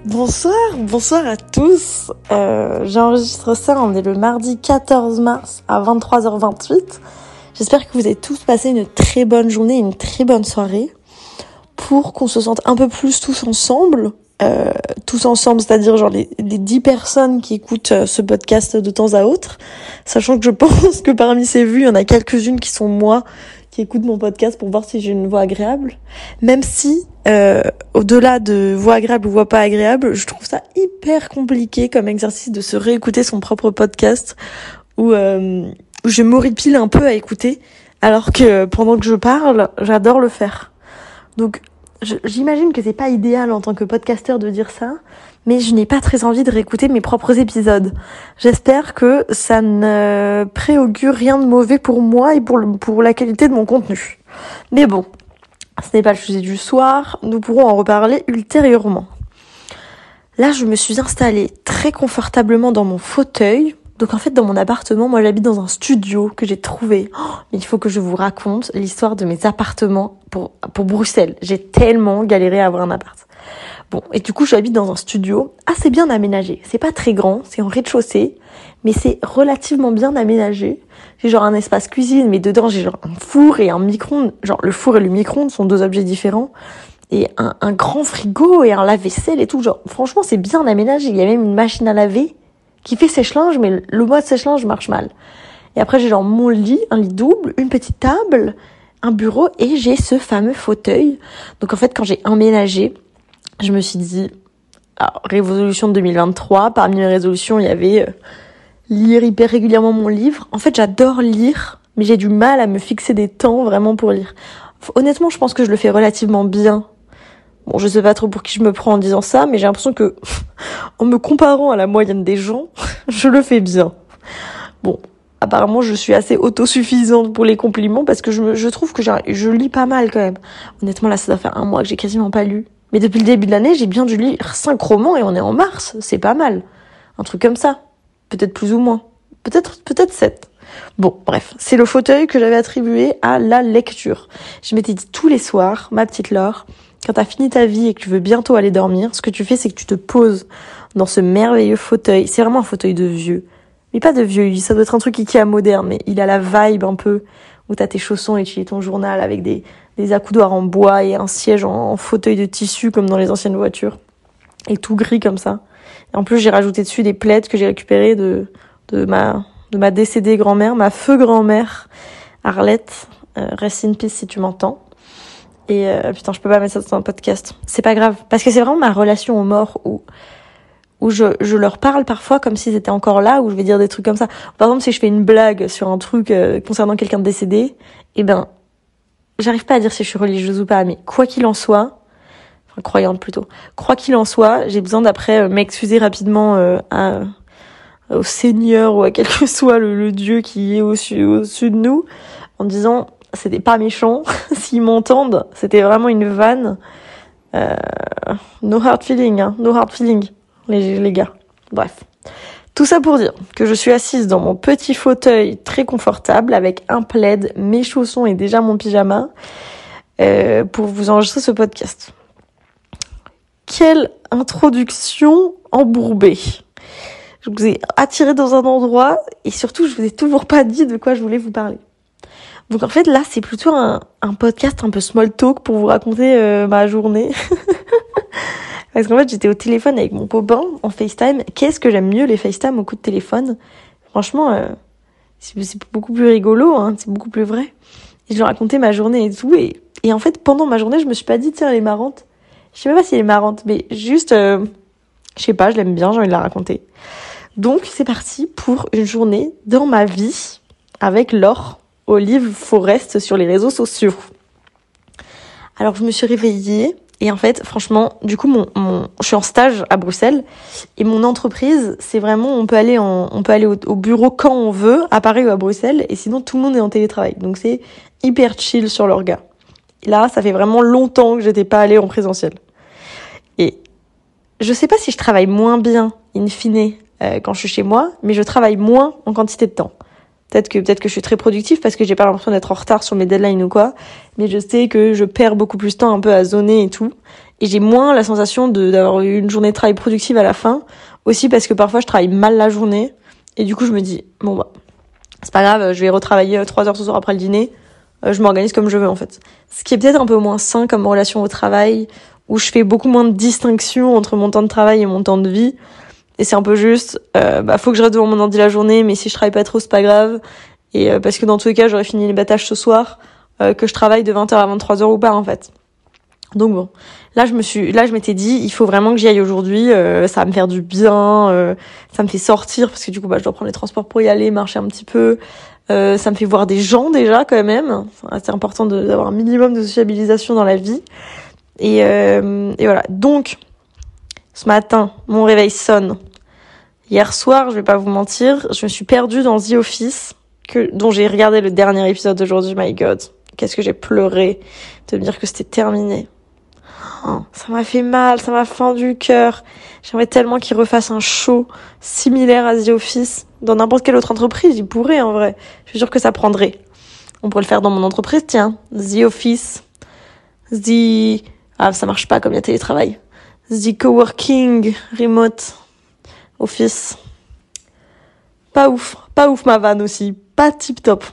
Bonsoir à tous. J'enregistre ça, on est le mardi 14 mars à 23h28. J'espère que vous avez tous passé une très bonne journée, une très bonne soirée, pour qu'on se sente un peu plus tous ensemble, c'est-à-dire genre les 10 personnes qui écoutent ce podcast de temps à autre, sachant que je pense que parmi ces vues, il y en a quelques-unes qui sont moi, qui écoutent mon podcast pour voir si j'ai une voix agréable, même si au-delà de voix agréable ou voix pas agréable, je trouve ça hyper compliqué comme exercice de se réécouter son propre podcast où je m'horripile un peu à écouter, alors que pendant que je parle, j'adore le faire. Donc j'imagine que c'est pas idéal en tant que podcasteur de dire ça, mais je n'ai pas très envie de réécouter mes propres épisodes. J'espère que ça ne préaugure rien de mauvais pour moi et pour la qualité de mon contenu. Mais bon, ce n'est pas le sujet du soir, nous pourrons en reparler ultérieurement. Là, je me suis installée très confortablement dans mon fauteuil. Donc en fait, dans mon appartement, moi j'habite dans un studio que j'ai trouvé. Mais il faut que je vous raconte l'histoire de mes appartements pour Bruxelles. J'ai tellement galéré à avoir un appart. Bon, et du coup, j'habite dans un studio assez bien aménagé. C'est pas très grand, c'est en rez-de-chaussée, mais c'est relativement bien aménagé. J'ai genre un espace cuisine, mais dedans j'ai genre un four et un micro-ondes. Genre le four et le micro-ondes sont deux objets différents. Et un grand frigo et un lave-vaisselle et tout. Genre, franchement, c'est bien aménagé. Il y a même une machine à laver qui fait sèche-linge, mais le mode sèche-linge marche mal. Et après, j'ai genre mon lit, un lit double, une petite table, un bureau, et j'ai ce fameux fauteuil. Donc en fait, quand j'ai emménagé, je me suis dit, résolution de 2023, parmi mes résolutions, il y avait lire hyper régulièrement mon livre. En fait, j'adore lire, mais j'ai du mal à me fixer des temps vraiment pour lire. Honnêtement, je pense que je le fais relativement bien. Bon, je sais pas trop pour qui je me prends en disant ça, mais j'ai l'impression que, en me comparant à la moyenne des gens, je le fais bien. Bon, apparemment, je suis assez autosuffisante pour les compliments parce que je trouve que je lis pas mal quand même. Honnêtement, là, ça doit faire un mois que j'ai quasiment pas lu. Mais depuis le début de l'année, j'ai bien dû lire 5 romans et on est en mars. C'est pas mal. Un truc comme ça. Peut-être plus ou moins. Peut-être 7. Bon, bref. C'est le fauteuil que j'avais attribué à la lecture. Je m'étais dit tous les soirs, ma petite Laure, quand t'as fini ta vie et que tu veux bientôt aller dormir, ce que tu fais, c'est que tu te poses dans ce merveilleux fauteuil. C'est vraiment un fauteuil de vieux. Mais pas de vieux, ça doit être un truc Ikea moderne, mais il a la vibe un peu, où t'as tes chaussons et tu lis ton journal avec des accoudoirs en bois et un siège en fauteuil de tissu comme dans les anciennes voitures. Et tout gris comme ça. Et en plus, j'ai rajouté dessus des plaids que j'ai récupérés de ma décédée grand-mère, ma feu grand-mère, Arlette. Rest in peace si tu m'entends. Et putain, je peux pas mettre ça dans un podcast. C'est pas grave, parce que c'est vraiment ma relation aux morts où je leur parle parfois comme s'ils étaient encore là, où je vais dire des trucs comme ça. Par exemple, si je fais une blague sur un truc concernant quelqu'un de décédé, j'arrive pas à dire si je suis religieuse ou pas, mais quoi qu'il en soit, enfin croyante plutôt, quoi qu'il en soit, j'ai besoin d'après m'excuser rapidement au Seigneur ou à quel que soit le Dieu qui est au-dessus de nous, en disant c'était pas méchant, s'ils m'entendent, c'était vraiment une vanne. No hard feeling, no hard feeling, les gars. Bref. Tout ça pour dire que je suis assise dans mon petit fauteuil très confortable avec un plaid, mes chaussons et déjà mon pyjama pour vous enregistrer ce podcast. Quelle introduction embourbée. Je vous ai attiré dans un endroit et surtout je vous ai toujours pas dit de quoi je voulais vous parler. Donc en fait là c'est plutôt un podcast un peu small talk pour vous raconter ma journée. Parce qu'en fait j'étais au téléphone avec mon copain en FaceTime. Qu'est-ce que j'aime mieux les FaceTime au coup de téléphone. Franchement c'est beaucoup plus rigolo, c'est beaucoup plus vrai. Et je lui racontais ma journée et tout. Et en fait pendant ma journée je me suis pas dit tiens elle est marrante. Je sais même pas si elle est marrante mais juste je sais pas, je l'aime bien, j'ai envie de la raconter. Donc c'est parti pour une journée dans ma vie avec Laure Olive Forest sur les réseaux sociaux. Alors je me suis réveillée et en fait franchement du coup je suis en stage à Bruxelles et mon entreprise c'est vraiment on peut aller au bureau quand on veut à Paris ou à Bruxelles et sinon tout le monde est en télétravail donc c'est hyper chill sur l'orga. Et là ça fait vraiment longtemps que j'étais pas allée en présentiel et je sais pas si je travaille moins bien in fine quand je suis chez moi mais je travaille moins en quantité de temps. Peut-être que je suis très productive parce que j'ai pas l'impression d'être en retard sur mes deadlines ou quoi. Mais je sais que je perds beaucoup plus de temps un peu à zoner et tout. Et j'ai moins la sensation d'avoir eu une journée de travail productive à la fin. Aussi parce que parfois je travaille mal la journée. Et du coup, je me dis, bon bah, c'est pas grave, je vais retravailler 3 heures ce soir après le dîner. Je m'organise comme je veux en fait. Ce qui est peut-être un peu moins sain comme relation au travail, où je fais beaucoup moins de distinction entre mon temps de travail et mon temps de vie. Et c'est un peu juste, faut que je reste devant mon ordi la journée, mais si je travaille pas trop, c'est pas grave. Et parce que dans tous les cas, j'aurais fini les battages ce soir, que je travaille de 20h à 23h ou pas, en fait. Donc bon, là je m'étais dit, il faut vraiment que j'y aille aujourd'hui, ça va me faire du bien, ça me fait sortir, parce que du coup, je dois prendre les transports pour y aller, marcher un petit peu. Ça me fait voir des gens déjà, quand même. C'est important d'avoir un minimum de sociabilisation dans la vie. Et voilà. Donc, ce matin, mon réveil sonne. Hier soir, je vais pas vous mentir, je me suis perdue dans The Office, dont j'ai regardé le dernier épisode d'aujourd'hui. My God, qu'est-ce que j'ai pleuré de me dire que c'était terminé. Oh, ça m'a fait mal, ça m'a fendu le cœur. J'aimerais tellement qu'ils refassent un show similaire à The Office dans n'importe quelle autre entreprise. Ils pourraient, en vrai. Je suis sûre que ça prendrait. On pourrait le faire dans mon entreprise, tiens. The Office. Ça marche pas comme il y a télétravail. The Coworking Remote Office. Pas ouf ma vanne aussi. Pas tip top.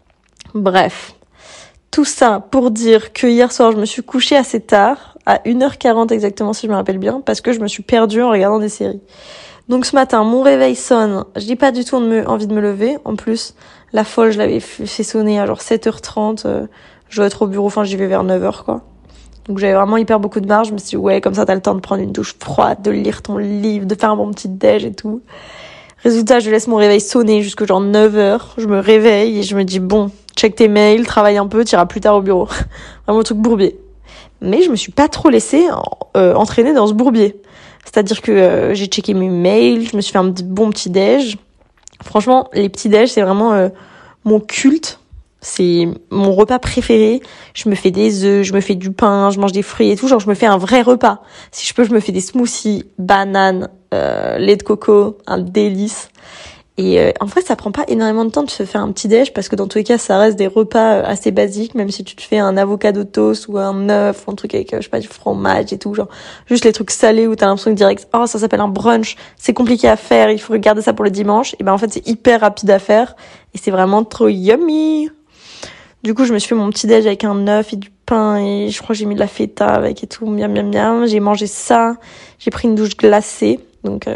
Bref. Tout ça pour dire que hier soir, je me suis couchée assez tard, à 1h40 exactement si je me rappelle bien, parce que je me suis perdue en regardant des séries. Donc ce matin, mon réveil sonne. Je n'ai pas du tout envie de me lever. En plus, la folle, je l'avais fait sonner à genre 7h30. Je dois être au bureau, j'y vais vers 9h, quoi. Donc j'avais vraiment hyper beaucoup de marge. Je me suis dit, ouais, comme ça, t'as le temps de prendre une douche froide, de lire ton livre, de faire un bon petit déj et tout. Résultat, je laisse mon réveil sonner jusque genre 9h. Je me réveille et je me dis, bon, check tes mails, travaille un peu, t'iras plus tard au bureau. Vraiment le truc bourbier. Mais je me suis pas trop laissée entraîner dans ce bourbier. C'est-à-dire que j'ai checké mes mails, je me suis fait un bon petit déj. Franchement, les petits déj, c'est vraiment mon culte. C'est mon repas préféré. Je me fais des œufs, je me fais du pain, je mange des fruits et tout. Genre, je me fais un vrai repas. Si je peux, je me fais des smoothies, bananes, lait de coco, un délice. Et en vrai, ça prend pas énormément de temps de se faire un petit déj parce que dans tous les cas, ça reste des repas assez basiques, même si tu te fais un avocado toast ou un œuf ou un truc avec, je sais pas, du fromage et tout, genre juste les trucs salés où t'as l'impression que direct, oh, ça s'appelle un brunch, c'est compliqué à faire, il faut regarder ça pour le dimanche. Et en fait, c'est hyper rapide à faire et c'est vraiment trop yummy. Du coup, je me suis fait mon petit déj avec un œuf et du pain et je crois que j'ai mis de la feta avec et tout, miam miam miam. J'ai mangé ça, j'ai pris une douche glacée, donc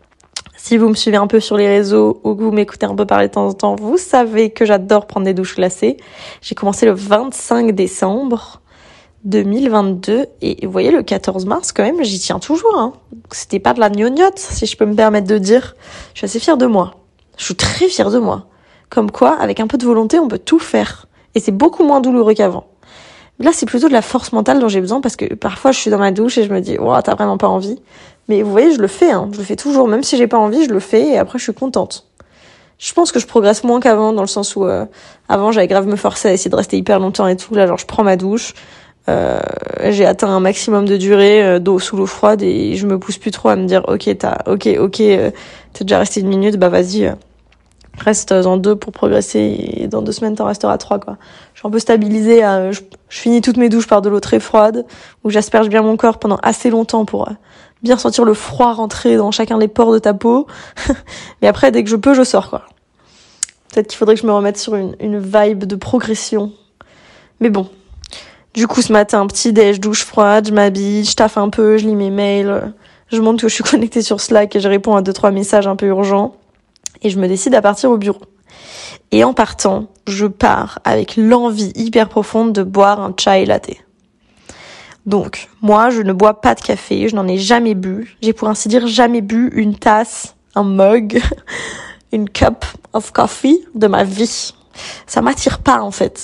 si vous me suivez un peu sur les réseaux ou que vous m'écoutez un peu parler de temps en temps, vous savez que j'adore prendre des douches glacées. J'ai commencé le 25 décembre 2022 et vous voyez, le 14 mars, quand même, j'y tiens toujours. Hein. C'était pas de la gnognotte, si je peux me permettre de dire. Je suis assez fière de moi. Je suis très fière de moi. Comme quoi, avec un peu de volonté, on peut tout faire. Et c'est beaucoup moins douloureux qu'avant. Là, c'est plutôt de la force mentale dont j'ai besoin parce que parfois, je suis dans ma douche et je me dis « Wow, t'as vraiment pas envie ?» Mais vous voyez, je le fais, je le fais toujours. Même si j'ai pas envie, je le fais et après, je suis contente. Je pense que je progresse moins qu'avant dans le sens où avant, j'avais grave me forcer à essayer de rester hyper longtemps et tout. Là, genre, je prends ma douche. J'ai atteint un maximum de durée d'eau sous l'eau froide et je me pousse plus trop à me dire « Ok, t'es déjà resté 1 minute, vas-y. Reste dans 2 pour progresser et dans 2 semaines t'en resteras 3 quoi. Je suis un peu stabilisée, je finis toutes mes douches par de l'eau très froide où j'asperge bien mon corps pendant assez longtemps pour bien sentir le froid rentrer dans chacun des pores de ta peau. Mais après dès que je peux, je sors quoi. Peut-être qu'il faudrait que je me remette sur une vibe de progression. Mais bon. Du coup ce matin, petit déj, douche froide, je m'habille, je taffe un peu, je lis mes mails, je montre que je suis connectée sur Slack et je réponds à 2-3 messages un peu urgents. Et je me décide à partir au bureau. Et en partant, je pars avec l'envie hyper profonde de boire un chai latte. Donc, moi, je ne bois pas de café, je n'en ai jamais bu. J'ai pour ainsi dire jamais bu une tasse, un mug, une cup of coffee de ma vie. Ça m'attire pas, en fait.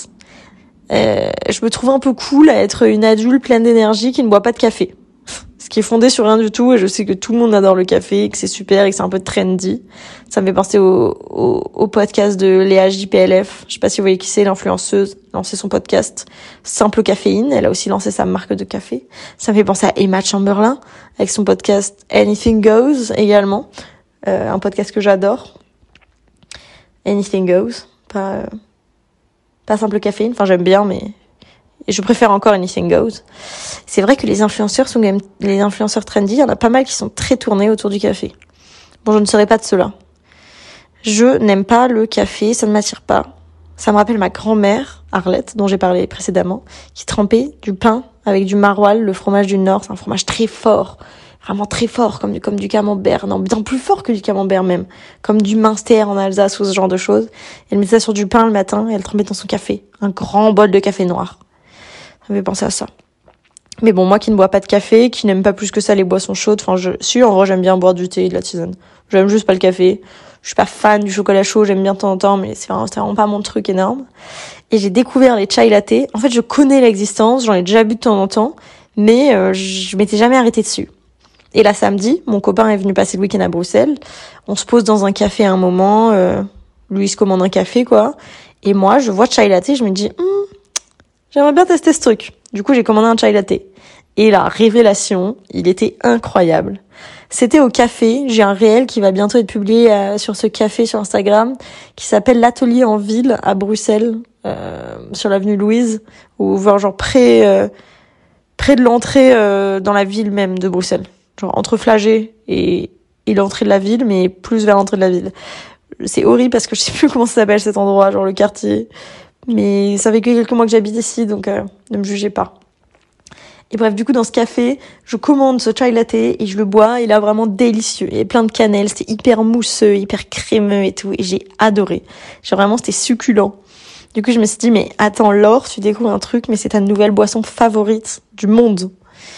Je me trouve un peu cool à être une adulte pleine d'énergie qui ne boit pas de café. Ce qui est fondé sur rien du tout, et je sais que tout le monde adore le café, et que c'est super, et que c'est un peu trendy. Ça me fait penser au podcast de Léa JPLF. Je sais pas si vous voyez qui c'est, l'influenceuse, lancé son podcast Simple Caféine. Elle a aussi lancé sa marque de café. Ça me fait penser à Emma Chamberlain, avec son podcast Anything Goes, également. Un podcast que j'adore. Anything Goes. pas simple caféine. Enfin, j'aime bien, mais je préfère encore Anything Goes. C'est vrai que les influenceurs trendy, il y en a pas mal qui sont très tournés autour du café. Bon, je ne serai pas de ceux-là. Je n'aime pas le café, ça ne m'attire pas. Ça me rappelle ma grand-mère, Arlette, dont j'ai parlé précédemment, qui trempait du pain avec du maroilles, le fromage du Nord. C'est un fromage très fort, vraiment très fort, comme du camembert. Non, bien plus fort que du camembert même. Comme du Münster en Alsace ou ce genre de choses. Elle mettait ça sur du pain le matin et elle trempait dans son café. Un grand bol de café noir. Ça me fait penser à ça. Mais bon, moi qui ne bois pas de café, qui n'aime pas plus que ça les boissons chaudes, en vrai j'aime bien boire du thé et de la tisane. J'aime juste pas le café. Je suis pas fan du chocolat chaud, j'aime bien de temps en temps, mais c'est vraiment pas mon truc énorme. Et j'ai découvert les chai latte. En fait, je connais l'existence, j'en ai déjà bu de temps en temps, mais je m'étais jamais arrêtée dessus. Et là, samedi, mon copain est venu passer le week-end à Bruxelles. On se pose dans un café à un moment, lui il se commande un café, quoi. Et moi, je vois chai latte, je me dis, j'aimerais bien tester ce truc. Du coup, j'ai commandé un chai latte. Et la révélation, il était incroyable. C'était au café. J'ai un réel qui va bientôt être publié sur ce café sur Instagram, qui s'appelle l'Atelier en Ville à Bruxelles, sur l'avenue Louise, ou genre près de l'entrée dans la ville même de Bruxelles. Genre entre Flagey et l'entrée de la ville, mais plus vers l'entrée de la ville. C'est horrible parce que je sais plus comment ça s'appelle cet endroit, genre le quartier. Mais ça fait que quelques mois que j'habite ici, donc ne me jugez pas. Et bref, du coup, dans ce café, je commande ce chai latte et je le bois. Il est vraiment délicieux. Il y avait plein de cannelle, c'était hyper mousseux, hyper crémeux et tout. Et j'ai adoré. C'était succulent. Du coup, je me suis dit, mais attends, Laure, tu découvres un truc, mais c'est ta nouvelle boisson favorite du monde.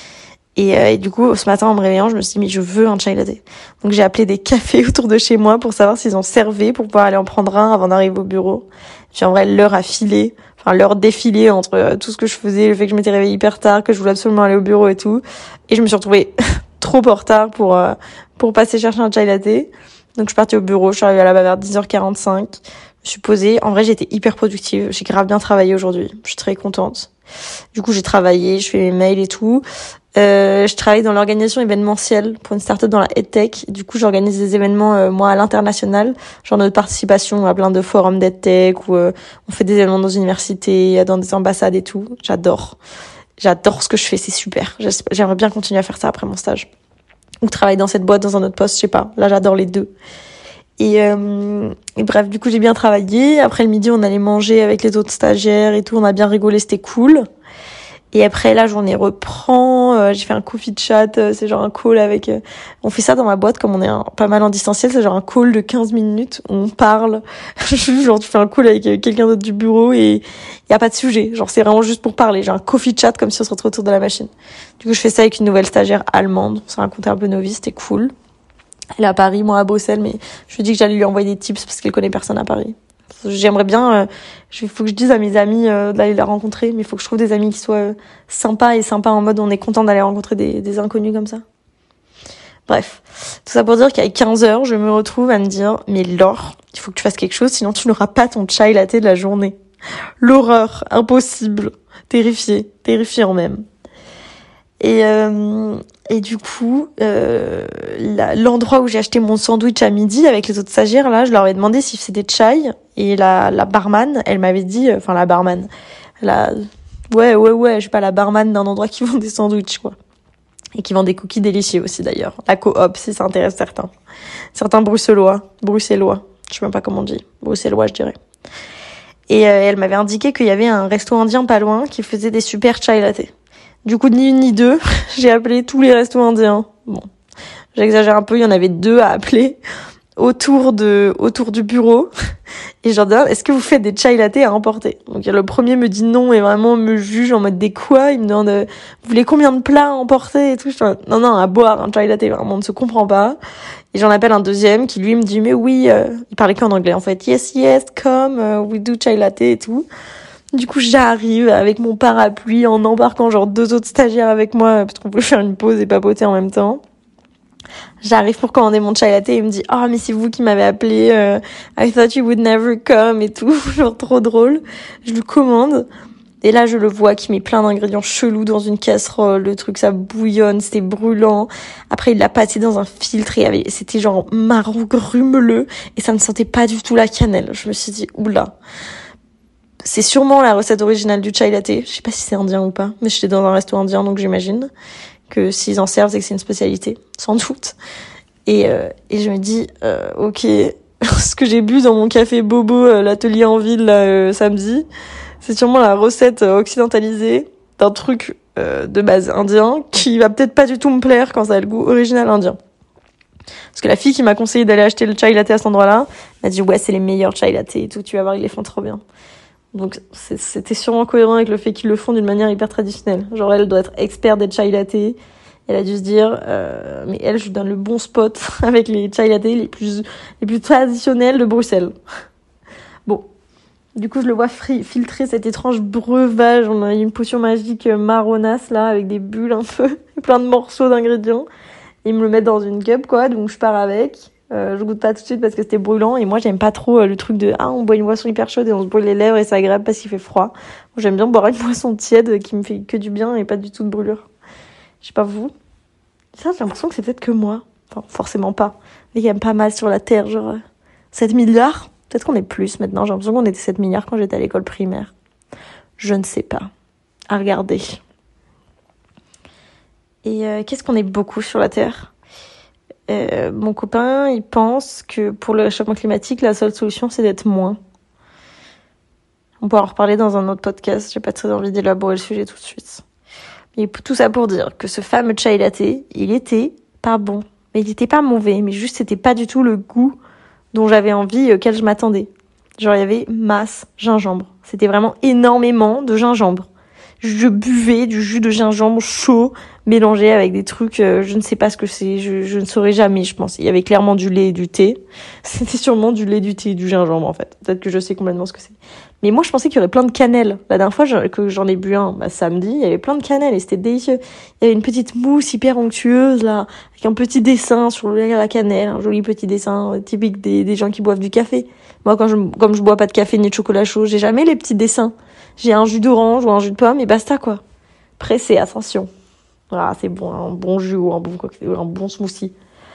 Et du coup, ce matin, en me réveillant, je me suis dit, mais je veux un chai latte. Donc, j'ai appelé des cafés autour de chez moi pour savoir s'ils en servaient, pour pouvoir aller en prendre un avant d'arriver au bureau. Puis en vrai, l'heure a filé. Enfin, l'heure défilée entre tout ce que je faisais, le fait que je m'étais réveillée hyper tard, que je voulais absolument aller au bureau et tout. Et je me suis retrouvée trop en retard pour passer chercher un chai latte. Donc, je suis partie au bureau. Je suis arrivée là-bas vers 10h45. Je me suis posée. En vrai, j'étais hyper productive. J'ai grave bien travaillé aujourd'hui. Je suis très contente. Du coup, j'ai travaillé, je fais mes mails et tout. Je travaille dans l'organisation événementielle pour une start-up dans la EdTech. Du coup, j'organise des événements, moi, à l'international. Genre notre participation à plein de forums d'EdTech où on fait des événements dans des universités, dans des ambassades et tout. J'adore ce que je fais, c'est super. J'aimerais bien continuer à faire ça après mon stage. Ou travailler dans cette boîte, dans un autre poste, je sais pas. Là, j'adore les deux. Et bref, du coup, j'ai bien travaillé. Après le midi, on allait manger avec les autres stagiaires et tout. On a bien rigolé, c'était cool. Et après, la journée reprend. J'ai fait un coffee chat. C'est genre un call avec... on fait ça dans ma boîte, comme on est pas mal en distanciel. C'est genre un call de 15 minutes où on parle. Genre, tu fais un call avec quelqu'un d'autre du bureau et y a pas de sujet. Genre, c'est vraiment juste pour parler. J'ai un coffee chat comme si on se retrouvait autour de la machine. Du coup, je fais ça avec une nouvelle stagiaire allemande. C'est un comptable novice, c'était cool. Elle est à Paris, moi à Bruxelles, mais je lui ai dit que j'allais lui envoyer des tips parce qu'elle connaît personne à Paris. J'aimerais bien, faut que je dise à mes amis d'aller la rencontrer, mais il faut que je trouve des amis qui soient sympas en mode on est content d'aller rencontrer des inconnus comme ça. Bref, tout ça pour dire qu'à 15h, je me retrouve à me dire, mais Laure, il faut que tu fasses quelque chose, sinon tu n'auras pas ton chai latte de la journée. L'horreur, impossible, terrifiant même. Et du coup, l'endroit où j'ai acheté mon sandwich à midi avec les autres stagiaires, là, je leur ai demandé si c'était chai. Et la barman, elle m'avait dit, la barman, je sais pas, la barman d'un endroit qui vend des sandwichs, quoi. Et qui vend des cookies délicieux aussi, d'ailleurs. La coop, si ça intéresse certains. Certains bruxellois. Je sais même pas comment on dit. Bruxellois, je dirais. Et elle m'avait indiqué qu'il y avait un resto indien pas loin qui faisait des super chai latte. Du coup, ni une ni deux, j'ai appelé tous les restos indiens. Bon, j'exagère un peu, il y en avait 2 à appeler autour du bureau. Et je leur dis, est-ce que vous faites des chai latte à emporter? Donc le premier me dit non et vraiment me juge en mode des quoi. Il me demande, vous voulez combien de plats à emporter et tout. Je dis, non, à boire un chai latte, vraiment, on ne se comprend pas. Et j'en appelle un deuxième qui lui me dit, mais oui, il parlait qu'en anglais en fait. Yes, come, we do chai latte et tout. Du coup, j'arrive avec mon parapluie en embarquant genre 2 autres stagiaires avec moi parce qu'on voulait faire une pause et papoter en même temps. J'arrive pour commander mon chai latte et il me dit « mais c'est vous qui m'avez appelé, I thought you would never come » et tout, genre trop drôle. Je lui commande Et là, je le vois qui met plein d'ingrédients chelous dans une casserole. Le truc, ça bouillonne, c'était brûlant. Après, il l'a passé dans un filtre et c'était genre marron grumeleux. Et ça ne sentait pas du tout la cannelle. Je me suis dit, oula. C'est sûrement la recette originale du chai latte. Je sais pas si c'est indien ou pas. Mais j'étais dans un resto indien, donc j'imagine que s'ils en servent, c'est que c'est une spécialité. Sans doute. Et je me dis, ok, ce que j'ai bu dans mon café bobo, l'atelier en ville, là, samedi, c'est sûrement la recette occidentalisée d'un truc de base indien qui va peut-être pas du tout me plaire quand ça a le goût original indien. Parce que la fille qui m'a conseillé d'aller acheter le chai latte à cet endroit-là m'a dit ouais, c'est les meilleurs chai latte et tout, tu vas voir, ils les font trop bien. Donc c'était sûrement cohérent avec le fait qu'ils le font d'une manière hyper traditionnelle. Genre elle doit être experte des chai latte. Elle a dû se dire mais elle, je lui donne le bon spot avec les chai latte les plus traditionnels de Bruxelles. Bon. Du coup, je le vois filtrer cet étrange breuvage. On a une potion magique marronasse, là, avec des bulles un peu, plein de morceaux d'ingrédients. Ils me le mettent dans une cup, quoi, donc je pars avec. Je goûte pas tout de suite parce que c'était brûlant. Et moi, j'aime pas trop le truc de, on boit une boisson hyper chaude et on se brûle les lèvres et c'est agréable parce qu'il fait froid. Moi, j'aime bien boire une boisson tiède qui me fait que du bien et pas du tout de brûlure. Je sais pas vous. Ça, j'ai l'impression que c'est peut-être que moi. Enfin, forcément pas. Mais il y a pas mal sur la Terre, genre 7 milliards. Peut-être qu'on est plus maintenant. J'ai l'impression qu'on était 7 milliards quand j'étais à l'école primaire. Je ne sais pas. À regarder. Et qu'est-ce qu'on est beaucoup sur la Terre ? Mon copain, il pense que pour le réchauffement climatique, la seule solution, c'est d'être moins. On pourra en reparler dans un autre podcast. J'ai pas très envie d'élaborer le sujet tout de suite. Mais tout ça pour dire que ce fameux chai latte, il était pas bon. Mais il était pas mauvais. Mais juste, c'était pas du tout le goût dont j'avais envie, auquel je m'attendais. Genre, il y avait masse gingembre. C'était vraiment énormément de gingembre. Je buvais du jus de gingembre chaud, mélangé avec des trucs, je ne sais pas ce que c'est, je ne saurais jamais, je pense. Il y avait clairement du lait et du thé. C'était sûrement du lait, du thé et du gingembre, en fait. Peut-être que je sais complètement ce que c'est. Mais moi, je pensais qu'il y aurait plein de cannelle. La dernière fois que j'en ai bu un, samedi, il y avait plein de cannelle et c'était délicieux. Il y avait une petite mousse hyper onctueuse, là, avec un petit dessin sur la cannelle, un joli petit dessin typique des gens qui boivent du café. Moi, comme je bois pas de café ni de chocolat chaud, j'ai jamais les petits dessins. J'ai un jus d'orange ou un jus de pomme et basta, quoi. Pressé, attention. Ah, c'est bon, un bon jus ou un bon smoothie.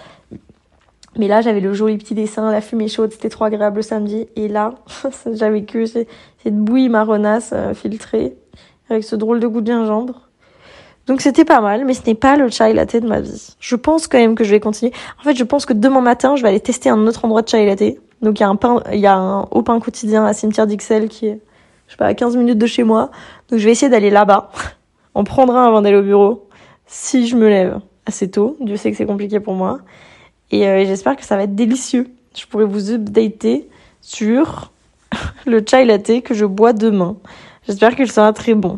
Mais là, j'avais le joli petit dessin, la fumée chaude, c'était trop agréable le samedi. Et là, j'avais que cette bouillie marronasse filtrée, avec ce drôle de goût de gingembre. Donc c'était pas mal, mais ce n'est pas le chai latte de ma vie. Je pense quand même que je vais continuer. En fait, je pense que demain matin, je vais aller tester un autre endroit de chai latte. Donc il y a un Au Pain Quotidien à Cimetière d'Ixelles qui est, je sais pas, à 15 minutes de chez moi. Donc je vais essayer d'aller là-bas, en prendre un avant d'aller au bureau, si je me lève assez tôt. Dieu sait que c'est compliqué pour moi. Et j'espère que ça va être délicieux. Je pourrai vous updater sur le chai latte que je bois demain. J'espère qu'il sera très bon.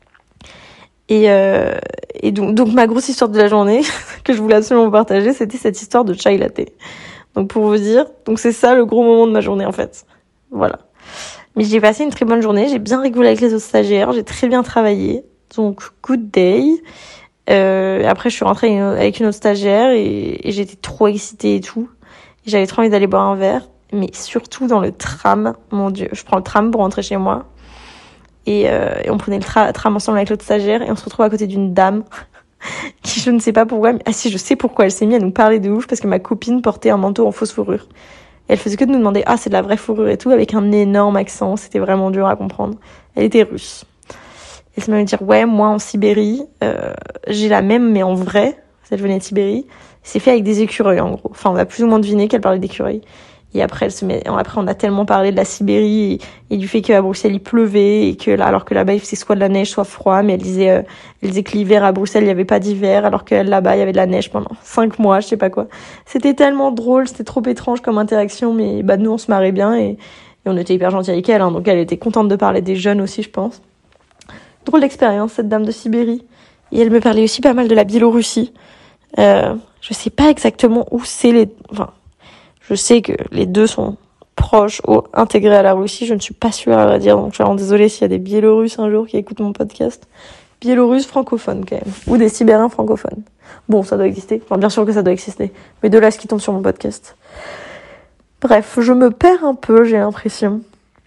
Et donc ma grosse histoire de la journée que je voulais absolument partager, c'était cette histoire de chai latte. Donc pour vous dire, donc c'est ça le gros moment de ma journée en fait. Voilà. Mais j'ai passé une très bonne journée, j'ai bien rigolé avec les autres stagiaires, j'ai très bien travaillé. Donc good day. Après je suis rentrée avec une autre stagiaire et j'étais trop excitée et tout. Et j'avais trop envie d'aller boire un verre, mais surtout dans le tram. Mon Dieu, je prends le tram pour rentrer chez moi. Et on prenait le tram ensemble avec l'autre stagiaire et on se retrouve à côté d'une dame qui, je ne sais pas pourquoi, mais si, je sais pourquoi, elle s'est mise à nous parler de ouf parce que ma copine portait un manteau en fausse fourrure. Et elle faisait que de nous demander c'est de la vraie fourrure et tout, avec un énorme accent, c'était vraiment dur à comprendre. Elle était russe. Elle s'est mise à me dire moi en Sibérie, j'ai la même mais en vrai, elle venait de Sibérie, c'est fait avec des écureuils en gros. Enfin on a plus ou moins deviné qu'elle parlait d'écureuils. Et après après on a tellement parlé de la Sibérie et du fait qu'à Bruxelles il pleuvait et que là, alors que là-bas il faisait soit de la neige soit froid, mais elle disait que l'hiver à Bruxelles il y avait pas d'hiver alors que là-bas il y avait de la neige pendant 5 mois, je sais pas quoi. C'était tellement drôle, c'était trop étrange comme interaction, mais nous on se marrait bien et on était hyper gentils avec elle, hein, donc elle était contente de parler des jeunes aussi, je pense. Drôle d'expérience cette dame de Sibérie. Et elle me parlait aussi pas mal de la Biélorussie. Je sais pas exactement où c'est je sais que les deux sont proches ou intégrés à la Russie. Je ne suis pas sûre à vrai dire. Donc je suis vraiment désolée s'il y a des Biélorusses un jour qui écoutent mon podcast. Biélorusses francophones quand même. Ou des Sibériens francophones. Bon, ça doit exister. Enfin, bien sûr que ça doit exister. Mais de là ce qui tombe sur mon podcast. Bref, je me perds un peu, j'ai l'impression.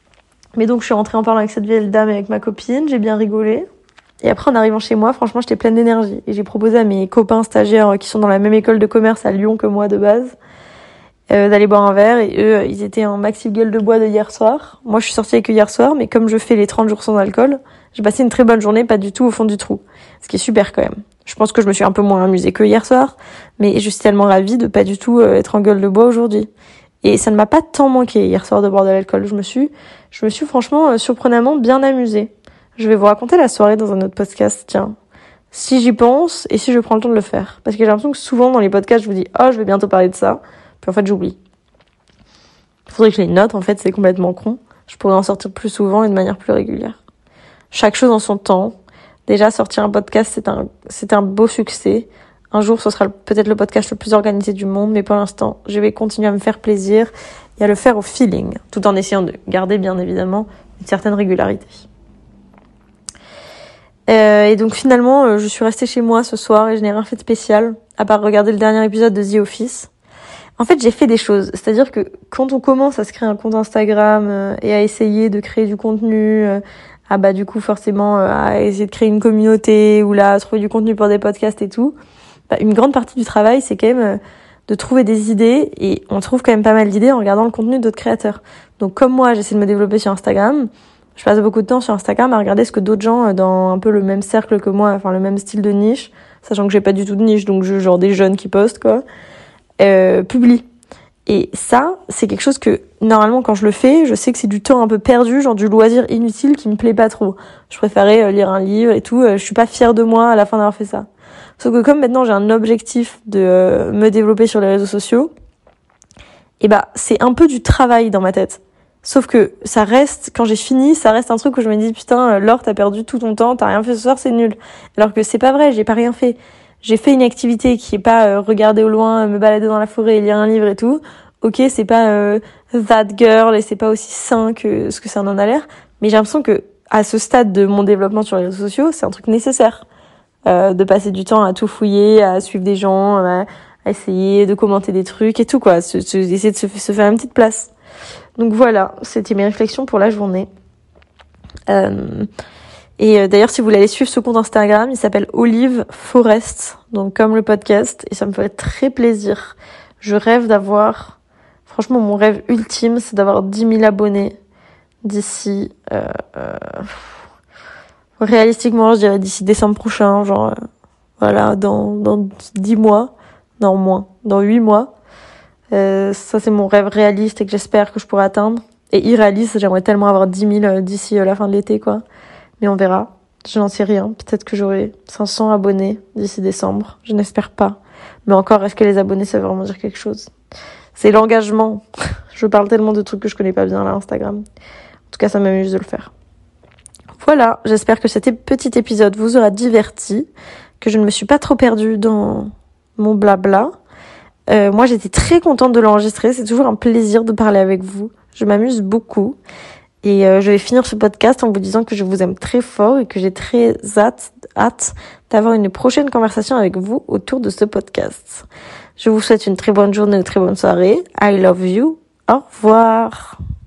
Mais donc je suis rentrée en parlant avec cette vieille dame et avec ma copine, j'ai bien rigolé. Et après en arrivant chez moi, franchement j'étais pleine d'énergie. Et j'ai proposé à mes copains stagiaires qui sont dans la même école de commerce à Lyon que moi de base, d'aller boire un verre. Et eux, ils étaient en maxi gueule de bois de hier soir. Moi je suis sortie avec eux hier soir, mais comme je fais les 30 jours sans alcool, j'ai passé une très bonne journée, pas du tout au fond du trou. Ce qui est super quand même. Je pense que je me suis un peu moins amusée que hier soir, mais je suis tellement ravie de pas du tout être en gueule de bois aujourd'hui. Et ça ne m'a pas tant manqué hier soir de boire de l'alcool. Je me suis franchement surprenamment bien amusée. Je vais vous raconter la soirée dans un autre podcast, tiens. Si j'y pense et si je prends le temps de le faire. Parce que j'ai l'impression que souvent dans les podcasts, je vous dis « Oh, je vais bientôt parler de ça ». Puis en fait, j'oublie. Il faudrait que je les note, en fait, c'est complètement con. Je pourrais en sortir plus souvent et de manière plus régulière. Chaque chose en son temps. Déjà, sortir un podcast, c'est un beau succès. Un jour, ce sera peut-être le podcast le plus organisé du monde, mais pour l'instant, je vais continuer à me faire plaisir et à le faire au feeling, tout en essayant de garder, bien évidemment, une certaine régularité. Et donc finalement, je suis restée chez moi ce soir et je n'ai rien fait de spécial, à part regarder le dernier épisode de The Office. En fait, j'ai fait des choses. C'est-à-dire que quand on commence à se créer un compte Instagram et à essayer de créer du contenu, du coup forcément à essayer de créer une communauté ou là à trouver du contenu pour des podcasts et tout, une grande partie du travail c'est quand même de trouver des idées, et on trouve quand même pas mal d'idées en regardant le contenu d'autres créateurs. Donc comme moi j'essaie de me développer sur Instagram, je passe beaucoup de temps sur Instagram à regarder ce que d'autres gens dans un peu le même cercle que moi, enfin le même style de niche, sachant que j'ai pas du tout de niche, donc genre des jeunes qui postent quoi, publient. Et ça, c'est quelque chose que, normalement, quand je le fais, je sais que c'est du temps un peu perdu, genre du loisir inutile qui me plaît pas trop. Je préférais lire un livre et tout, je suis pas fière de moi à la fin d'avoir fait ça. Sauf que comme maintenant j'ai un objectif de me développer sur les réseaux sociaux, c'est un peu du travail dans ma tête. Sauf que ça reste, quand j'ai fini, ça reste un truc où je me dis, putain, Laure, t'as perdu tout ton temps, t'as rien fait ce soir, c'est nul. Alors que c'est pas vrai, j'ai pas rien fait. J'ai fait une activité qui est pas regarder au loin, me balader dans la forêt et lire un livre et tout. Ok, c'est pas that girl et c'est pas aussi sain que ce que ça en a l'air. Mais j'ai l'impression que à ce stade de mon développement sur les réseaux sociaux, c'est un truc nécessaire. De passer du temps à tout fouiller, à suivre des gens, à essayer de commenter des trucs et tout quoi. Essayer de se faire une petite place. Donc voilà, c'était mes réflexions pour la journée. Et d'ailleurs, si vous voulez aller suivre ce compte Instagram, il s'appelle Olive Forest, donc comme le podcast, et ça me ferait très plaisir. Je rêve d'avoir, franchement, mon rêve ultime, c'est d'avoir 10 000 abonnés d'ici, réalistiquement, je dirais d'ici décembre prochain, genre, dans 10 mois, non moins, dans 8 mois. Ça, c'est mon rêve réaliste et que j'espère que je pourrai atteindre. Et irréaliste, j'aimerais tellement avoir 10 000 d'ici la fin de l'été, quoi. Mais on verra. Je n'en sais rien. Peut-être que j'aurai 500 abonnés d'ici décembre. Je n'espère pas. Mais encore, est-ce que les abonnés, ça veut vraiment dire quelque chose? C'est l'engagement. Je parle tellement de trucs que je connais pas bien là, Instagram. En tout cas, ça m'amuse de le faire. Voilà. J'espère que cet petit épisode vous aura diverti, que je ne me suis pas trop perdue dans mon blabla. Moi, j'étais très contente de l'enregistrer. C'est toujours un plaisir de parler avec vous. Je m'amuse beaucoup. Et je vais finir ce podcast en vous disant que je vous aime très fort et que j'ai très hâte d'avoir une prochaine conversation avec vous autour de ce podcast. Je vous souhaite une très bonne journée ou très bonne soirée. I love you. Au revoir.